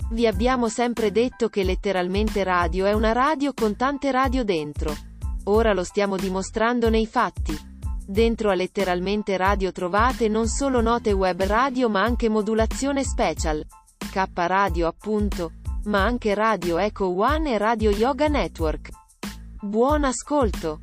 Vi abbiamo sempre detto che Letteralmente Radio è una radio con tante radio dentro. Ora lo stiamo dimostrando nei fatti. Dentro a Letteralmente Radio trovate non solo note web radio ma anche modulazione special. K Radio appunto. Ma anche Radio Echo One e Radio Yoga Network. Buon ascolto!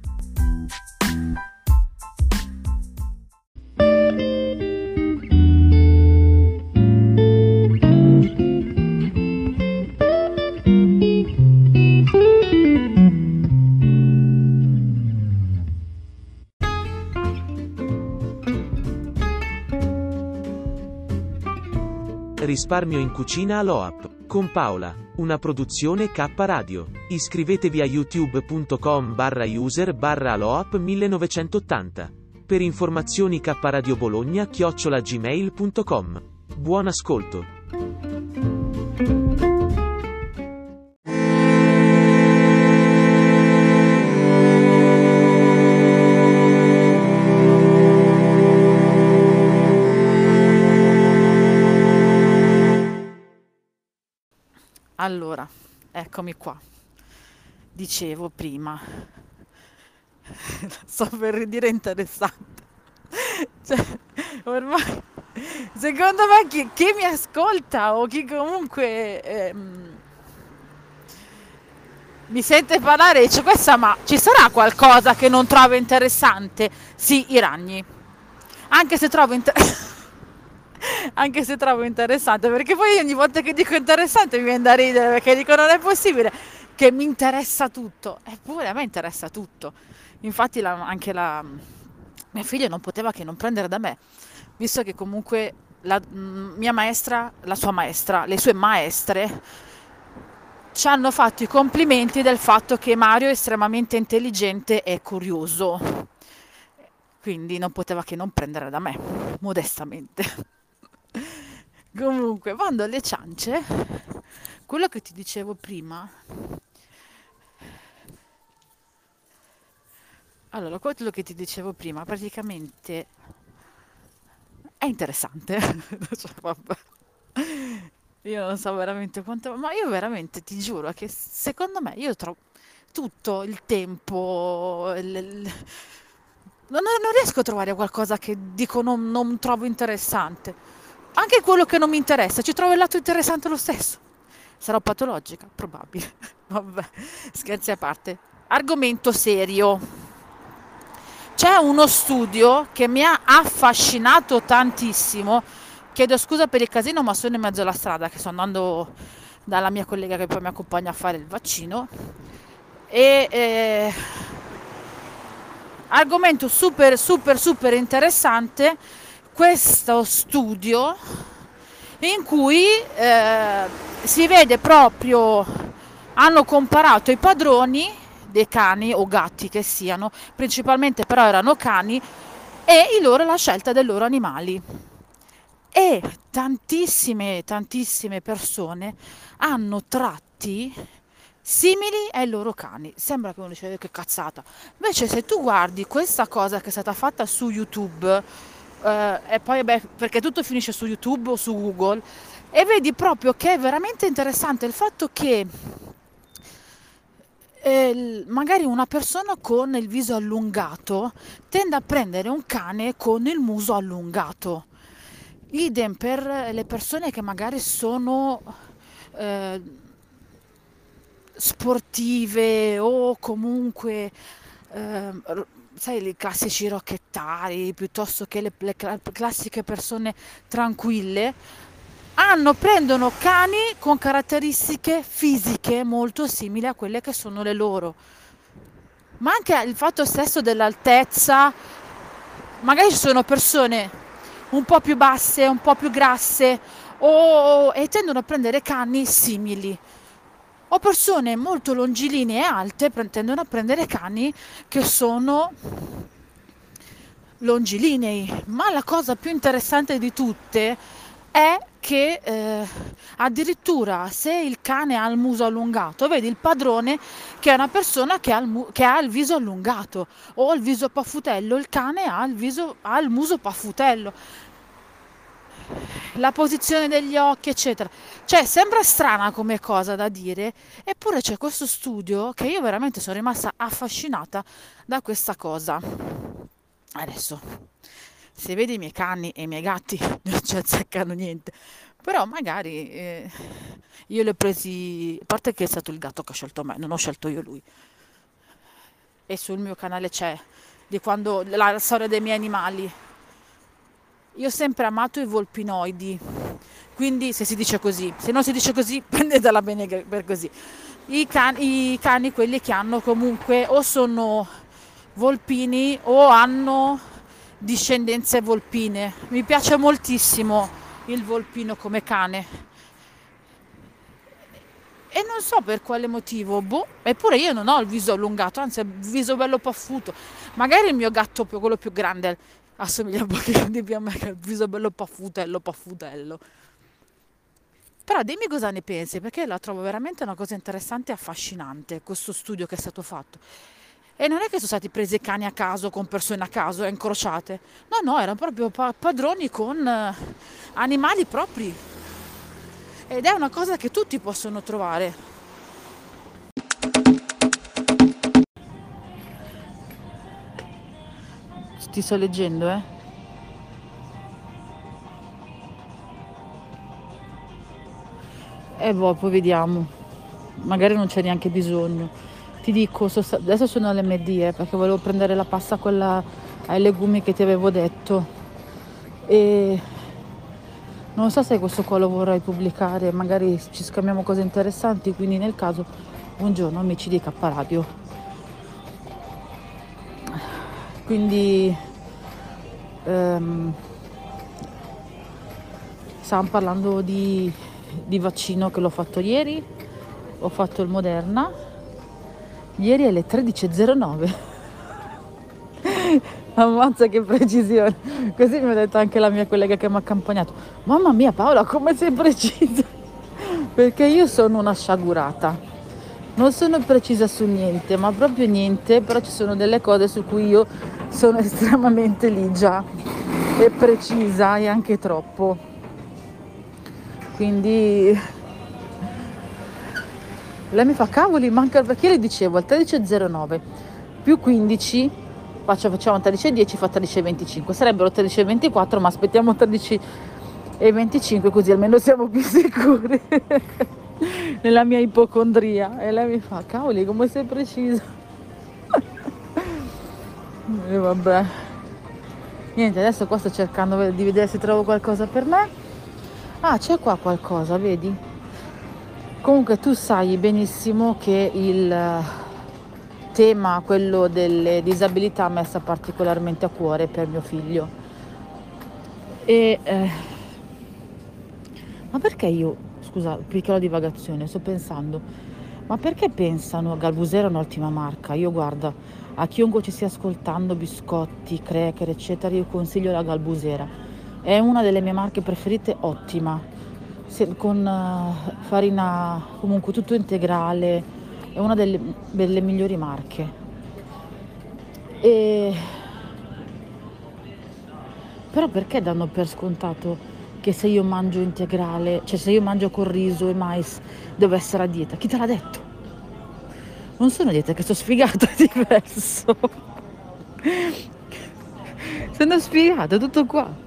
Risparmio in cucina all'OAP. Con Paola. Una produzione K Radio. Iscrivetevi a youtube.com/user/aloap 1980. Per informazioni kradiobologna@gmail.com. Buon ascolto. Allora, eccomi qua. Dicevo prima, sto per dire interessante. Cioè, ormai, secondo me chi mi ascolta o chi comunque mi sente parlare dice questa, ma ci sarà qualcosa che non trovo interessante? Sì, i ragni. Anche se trovo interessante, perché poi ogni volta che dico interessante mi viene da ridere, perché dico non è possibile che mi interessa tutto, eppure a me interessa tutto. Infatti anche la mia figlia non poteva che non prendere da me, visto che comunque la mia maestra, la sua maestra, le sue maestre ci hanno fatto i complimenti del fatto che Mario è estremamente intelligente e curioso, quindi non poteva che non prendere da me, modestamente. Comunque, vado alle ciance, quello che ti dicevo prima. Allora, quello che ti dicevo prima praticamente è interessante. Cioè, vabbè. Io non so veramente quanto, ma io veramente ti giuro che secondo me io trovo tutto il tempo, non riesco a trovare qualcosa che dico non trovo interessante. Anche quello che non mi interessa, ci trovo il lato interessante lo stesso. Sarò patologica? Probabile. Vabbè, scherzi a parte. Argomento serio. C'è uno studio che mi ha affascinato tantissimo. Chiedo scusa per il casino, ma sono in mezzo alla strada, che sto andando dalla mia collega che poi mi accompagna a fare il vaccino. Argomento super super super interessante, questo studio in cui si vede proprio, hanno comparato i padroni dei cani o gatti che siano, principalmente però erano cani, e la scelta dei loro animali. E tantissime persone hanno tratti simili ai loro cani. Sembra che uno dice che cazzata. Invece se tu guardi questa cosa che è stata fatta su YouTube, e poi perché tutto finisce su YouTube o su Google, e vedi proprio che è veramente interessante il fatto che magari una persona con il viso allungato tende a prendere un cane con il muso allungato. Idem per le persone che magari sono sportive o comunque sai, i classici rocchettari piuttosto che le classiche persone tranquille, prendono cani con caratteristiche fisiche molto simili a quelle che sono le loro, ma anche il fatto stesso dell'altezza. Magari ci sono persone un po' più basse, un po' più grasse, e tendono a prendere cani simili, o persone molto longilinee e alte tendono a prendere cani che sono longilinei. Ma la cosa più interessante di tutte è che addirittura se il cane ha il muso allungato, vedi il padrone che è una persona che ha il viso allungato o il viso paffutello, il cane ha il muso paffutello. la posizione degli occhi, eccetera. Cioè, sembra strana come cosa da dire, eppure c'è questo studio che io veramente sono rimasta affascinata da questa cosa. Adesso, se vedi i miei cani e i miei gatti, non ci azzeccano niente, però magari io li ho presi, a parte che è stato il gatto che ha scelto me, non ho scelto io lui. E sul mio canale c'è di quando la storia dei miei animali. Io ho sempre amato i volpinoidi, quindi se si dice così, se non si dice così, prendetela bene per così. I cani, quelli che hanno comunque o sono volpini o hanno discendenze volpine. Mi piace moltissimo il volpino come cane. E non so per quale motivo, boh, eppure io non ho il viso allungato, anzi ho il viso bello paffuto. Magari il mio gatto, quello più grande, assomiglia un pochino di più a me, che ha il viso bello paffutello, paffutello. Però dimmi cosa ne pensi, perché la trovo veramente una cosa interessante e affascinante, questo studio che è stato fatto. E non è che sono stati presi cani a caso con persone a caso e incrociate. No, no, erano proprio padroni con animali propri. Ed è una cosa che tutti possono trovare. Ti sto leggendo, eh? E boh, poi vediamo. Magari non c'è neanche bisogno. Ti dico, adesso sono alle medie perché volevo prendere la pasta quella ai legumi che ti avevo detto. E non so se questo qua lo vorrai pubblicare, magari ci scambiamo cose interessanti, quindi nel caso, buongiorno amici di K Radio. Quindi stavamo parlando di vaccino che l'ho fatto ieri, ho fatto il Moderna, ieri alle 13:09. Ammazza che precisione, così mi ha detto anche la mia collega che mi ha accompagnato. Mamma mia Paola, come sei precisa? Perché io sono una sciagurata, non sono precisa su niente, ma proprio niente, però ci sono delle cose su cui io sono estremamente ligia e precisa e anche troppo. Quindi lei mi fa cavoli, manca, perché io le dicevo al 13:09 più 15 facciamo 13:10, fa 13:25, sarebbero 13:24, ma aspettiamo 13:25 così almeno siamo più sicuri. Nella mia ipocondria. E lei mi fa cavoli, come sei precisa. E vabbè, niente, adesso qua sto cercando di vedere se trovo qualcosa per me. Ah, c'è qua qualcosa, vedi? Comunque tu sai benissimo che il tema, quello delle disabilità, mi è messa particolarmente a cuore per mio figlio. E ma perché io, scusa, piccola divagazione, sto pensando, ma perché pensano Galbusera è un'ottima marca? Io guarda, a chiunque ci stia ascoltando, biscotti, cracker, eccetera, io consiglio la Galbusera. È una delle mie marche preferite, ottima, con farina comunque tutto integrale, è una delle migliori marche. Però perché danno per scontato che se io mangio integrale, cioè se io mangio con riso e mais, devo essere a dieta? Chi te l'ha detto? Non sono a dieta, che sto sfigata, è diverso. Sono sfigata, tutto qua.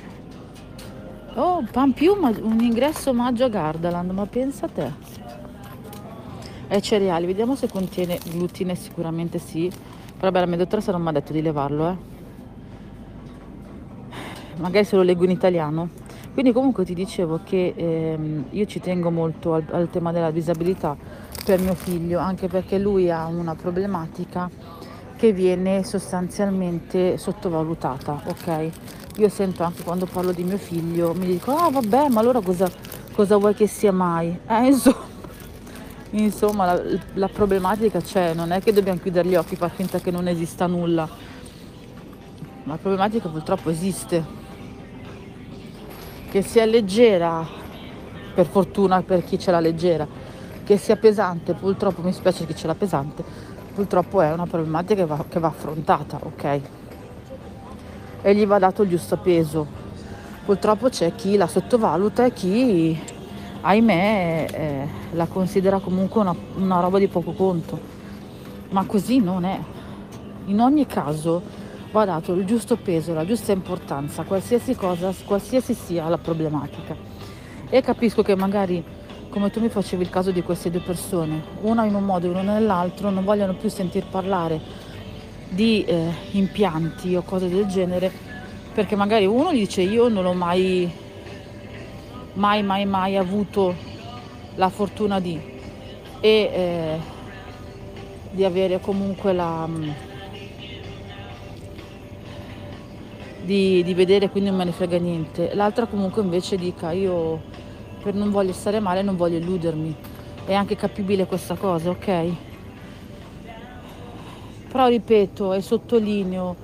Oh, pan più, un ingresso omaggio a Gardaland, ma pensa a te. E cereali, vediamo se contiene glutine, sicuramente sì. Però beh, la mia dottoressa non mi ha detto di levarlo, magari se lo leggo in italiano. Quindi comunque ti dicevo che io ci tengo molto al tema della disabilità per mio figlio, anche perché lui ha una problematica che viene sostanzialmente sottovalutata, ok? Io sento anche quando parlo di mio figlio, mi dico, ah vabbè, ma allora cosa vuoi che sia mai? Insomma la problematica c'è, non è che dobbiamo chiudere gli occhi, far finta che non esista nulla. La problematica purtroppo esiste. Che sia leggera, per fortuna per chi ce l'ha leggera, che sia pesante, purtroppo mi spiace chi ce l'ha pesante, purtroppo è una problematica che va affrontata, ok? E gli va dato il giusto peso. Purtroppo c'è chi la sottovaluta e chi, ahimè, la considera comunque una roba di poco conto, ma così non è. In ogni caso va dato il giusto peso, la giusta importanza, qualsiasi cosa, qualsiasi sia la problematica. E capisco che magari, come tu mi facevi il caso di queste due persone, una in un modo e una nell'altro, non vogliono più sentir parlare di impianti o cose del genere, perché magari uno gli dice io non ho mai avuto la fortuna di avere comunque di vedere, quindi non me ne frega niente. L'altra comunque invece dica io non voglio stare male, non voglio illudermi. È anche capibile questa cosa, ok? Però ripeto e sottolineo,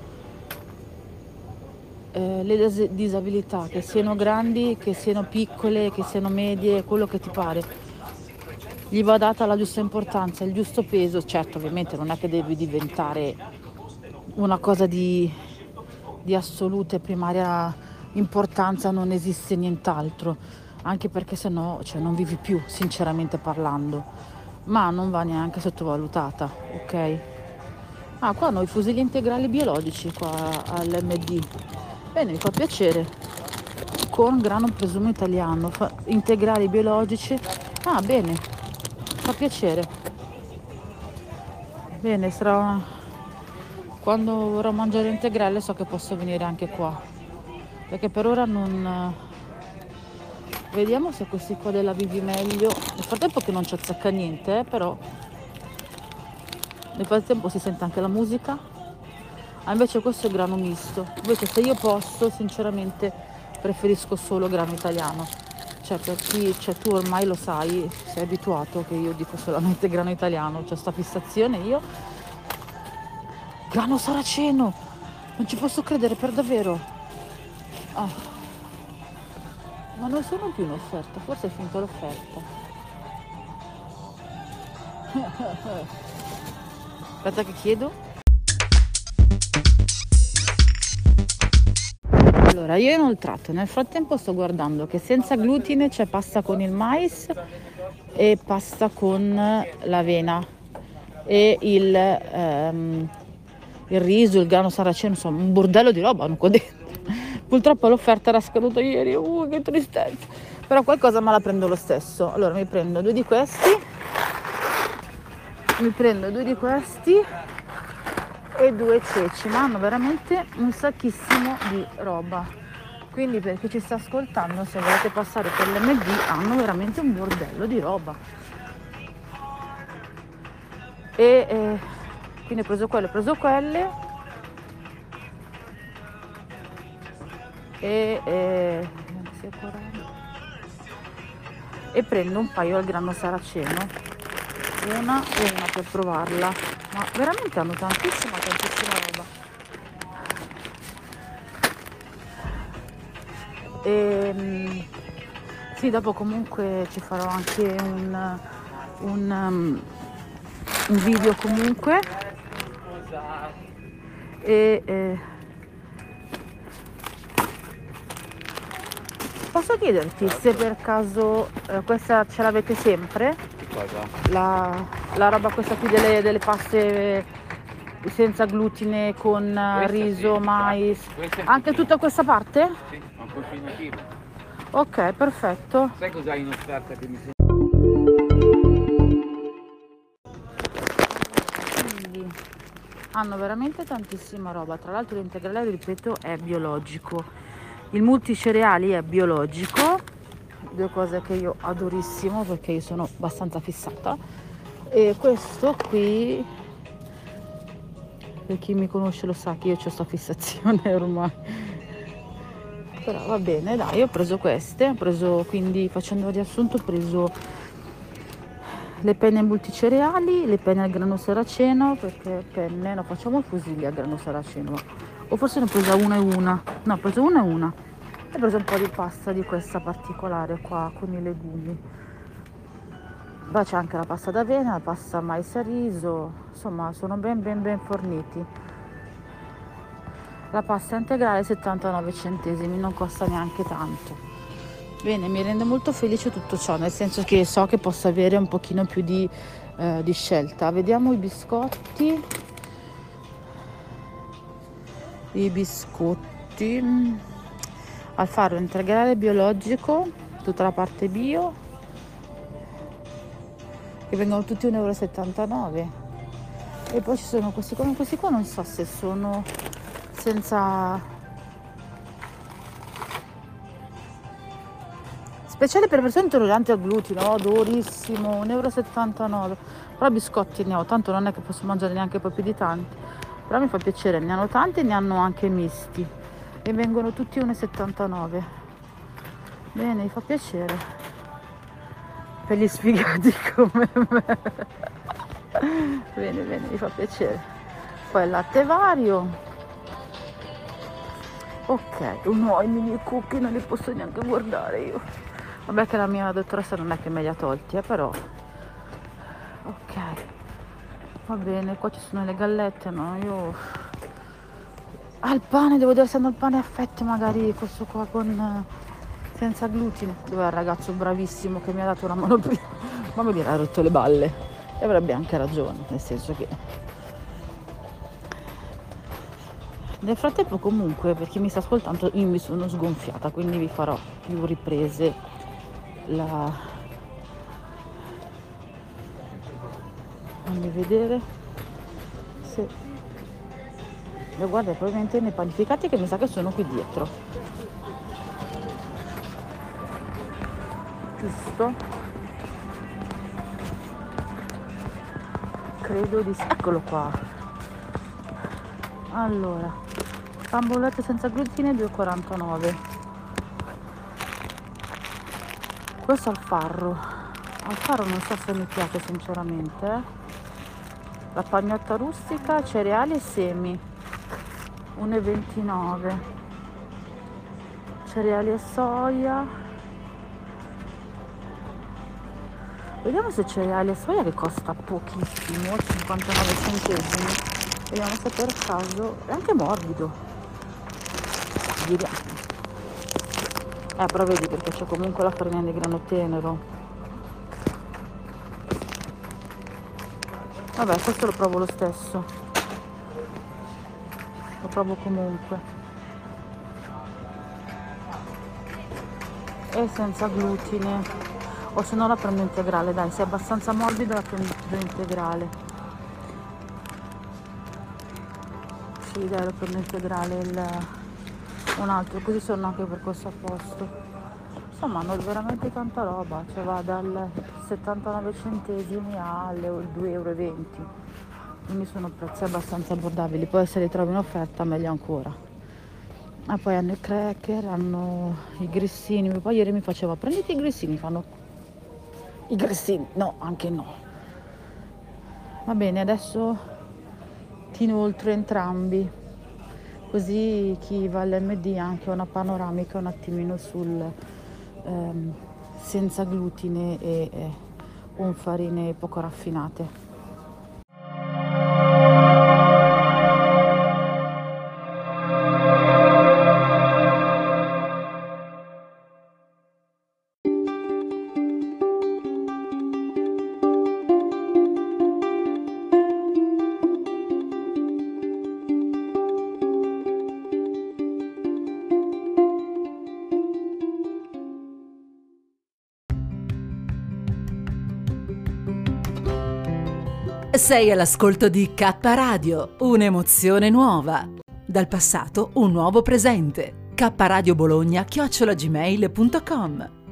le disabilità, che siano grandi, che siano piccole, che siano medie, quello che ti pare, gli va data la giusta importanza, il giusto peso. Certo, ovviamente non è che devi diventare una cosa di assoluta e primaria importanza, non esiste nient'altro, anche perché sennò non vivi più, sinceramente parlando, ma non va neanche sottovalutata, ok? Qua hanno i fusilli integrali biologici qua all'MD. Bene, mi fa piacere. Con grano presumo italiano, integrali biologici. Bene, fa piacere. Bene, quando vorrò mangiare integrale so che posso venire anche qua. Perché per ora non... Vediamo se questi qua della vivi meglio. Nel frattempo che non ci azzecca niente, però... Nel frattempo si sente anche la musica. Invece questo è grano misto. Invece se io posso, sinceramente preferisco solo grano italiano. Cioè per chi, tu ormai lo sai, sei abituato che io dico solamente grano italiano, c'ho sta fissazione io. Grano saraceno! Non ci posso credere, per davvero. Ma non sono più in offerta, forse è finita l'offerta. Aspetta che chiedo. Allora, io ho inoltrato, nel frattempo sto guardando che senza glutine c'è pasta con il mais e pasta con l'avena e il riso, il grano saraceno, insomma un bordello di roba hanno qua dentro. Purtroppo l'offerta era scaduta ieri, che tristezza, però qualcosa me la prendo lo stesso. Allora mi prendo due di questi e due ceci, ma hanno veramente un sacchissimo di roba, quindi per chi ci sta ascoltando, se volete passare per l'MD, hanno veramente un bordello di roba. E quindi ho preso quelle e prendo un paio al grano saraceno, una per provarla, ma veramente hanno tantissima roba. Sì, dopo comunque ci farò anche un video comunque posso chiederti se per caso questa ce l'avete sempre? La roba questa qui delle paste senza glutine con riso, mais, anche tutta questa parte? Sì, ma un continuativo. Ok, perfetto. Sai cos'hai in offerta che mi sembra? Quindi hanno veramente tantissima roba. Tra l'altro l'integrale, ripeto, è biologico. Il multicereali è biologico, due cose che io adorissimo perché io sono abbastanza fissata. E questo qui, per chi mi conosce lo sa che io ho questa fissazione ormai, però va bene, dai, ho preso queste, quindi facendo riassunto, ho preso le penne multicereali, le penne al grano saraceno, perché penne, no, facciamo i fusilli al grano saraceno, o forse ne ho presa una e una, no, ho preso una e una, e ho preso un po' di pasta di questa particolare qua con i legumi. Poi c'è anche la pasta d'avena, la pasta mais e riso, insomma sono ben forniti. La pasta integrale 79 centesimi, non costa neanche tanto. Bene, mi rende molto felice tutto ciò, nel senso che so che posso avere un pochino più di scelta. Vediamo i biscotti. Al farro integrale biologico, tutta la parte bio, che vengono tutti 1,79 euro. E poi ci sono questi qua, non so se sono senza... Speciale per persone intolleranti al glutine, odorissimo, 1,79 euro. Però biscotti ne ho, tanto non è che posso mangiare neanche poi più di tanti. Però mi fa piacere, ne hanno tanti e ne hanno anche misti. E vengono tutti 1,79 euro. Bene, mi fa piacere. Per gli sfigati come me. Bene, mi fa piacere. Poi il latte vario. Ok, i mini cookie non li posso neanche guardare io. Vabbè che la mia dottoressa non è che me li ha tolti, però. Ok. Va bene, qua ci sono le gallette, no? Io... il pane, devo vedere se hanno il pane a fette, magari questo qua con... senza glutine. Dov'è il ragazzo bravissimo che mi ha dato una mano prima? Ma mi ha rotto le balle. E avrebbe anche ragione, nel senso che... Nel frattempo comunque, per chi mi sta ascoltando, io mi sono sgonfiata, quindi vi farò più riprese fammi vedere se... E guarda, probabilmente nei panificati che mi sa che sono qui dietro. Giusto? Credo di sì. Eccolo qua. Allora, bambolette senza glutine 2,49. Questo al farro. Al farro non so se mi piace sinceramente. La pagnotta rustica, cereali e semi. 1,29. Cereali e soia. Vediamo se cereali e soia, che costa pochissimo, 59 centesimi. Vediamo se per caso è anche morbido. Vediamo. Però vedi, perché c'è comunque la farina di grano tenero. Vabbè, questo lo provo lo stesso. Lo provo comunque. E senza glutine. O se no la prendo integrale, dai, se è abbastanza morbido la prendo integrale. Sì, dai, lo prendo integrale un altro, così sono anche per questo a posto. Insomma, hanno veramente tanta roba, cioè va dal 79 centesimi alle 2,20 euro. Quindi sono prezzi abbastanza abbordabili. Poi se li trovi in offerta meglio ancora. Ah, poi hanno i cracker, hanno i grissini. Poi ieri mi faceva, prenditi i grissini, fanno i grissini, no, anche no. Va bene, adesso ti inoltro entrambi, così chi va all'MD ha anche una panoramica un attimino sul senza glutine e con farine poco raffinate. Sei all'ascolto di K Radio, un'emozione nuova. Dal passato un nuovo presente. kradiobologna@gmail.com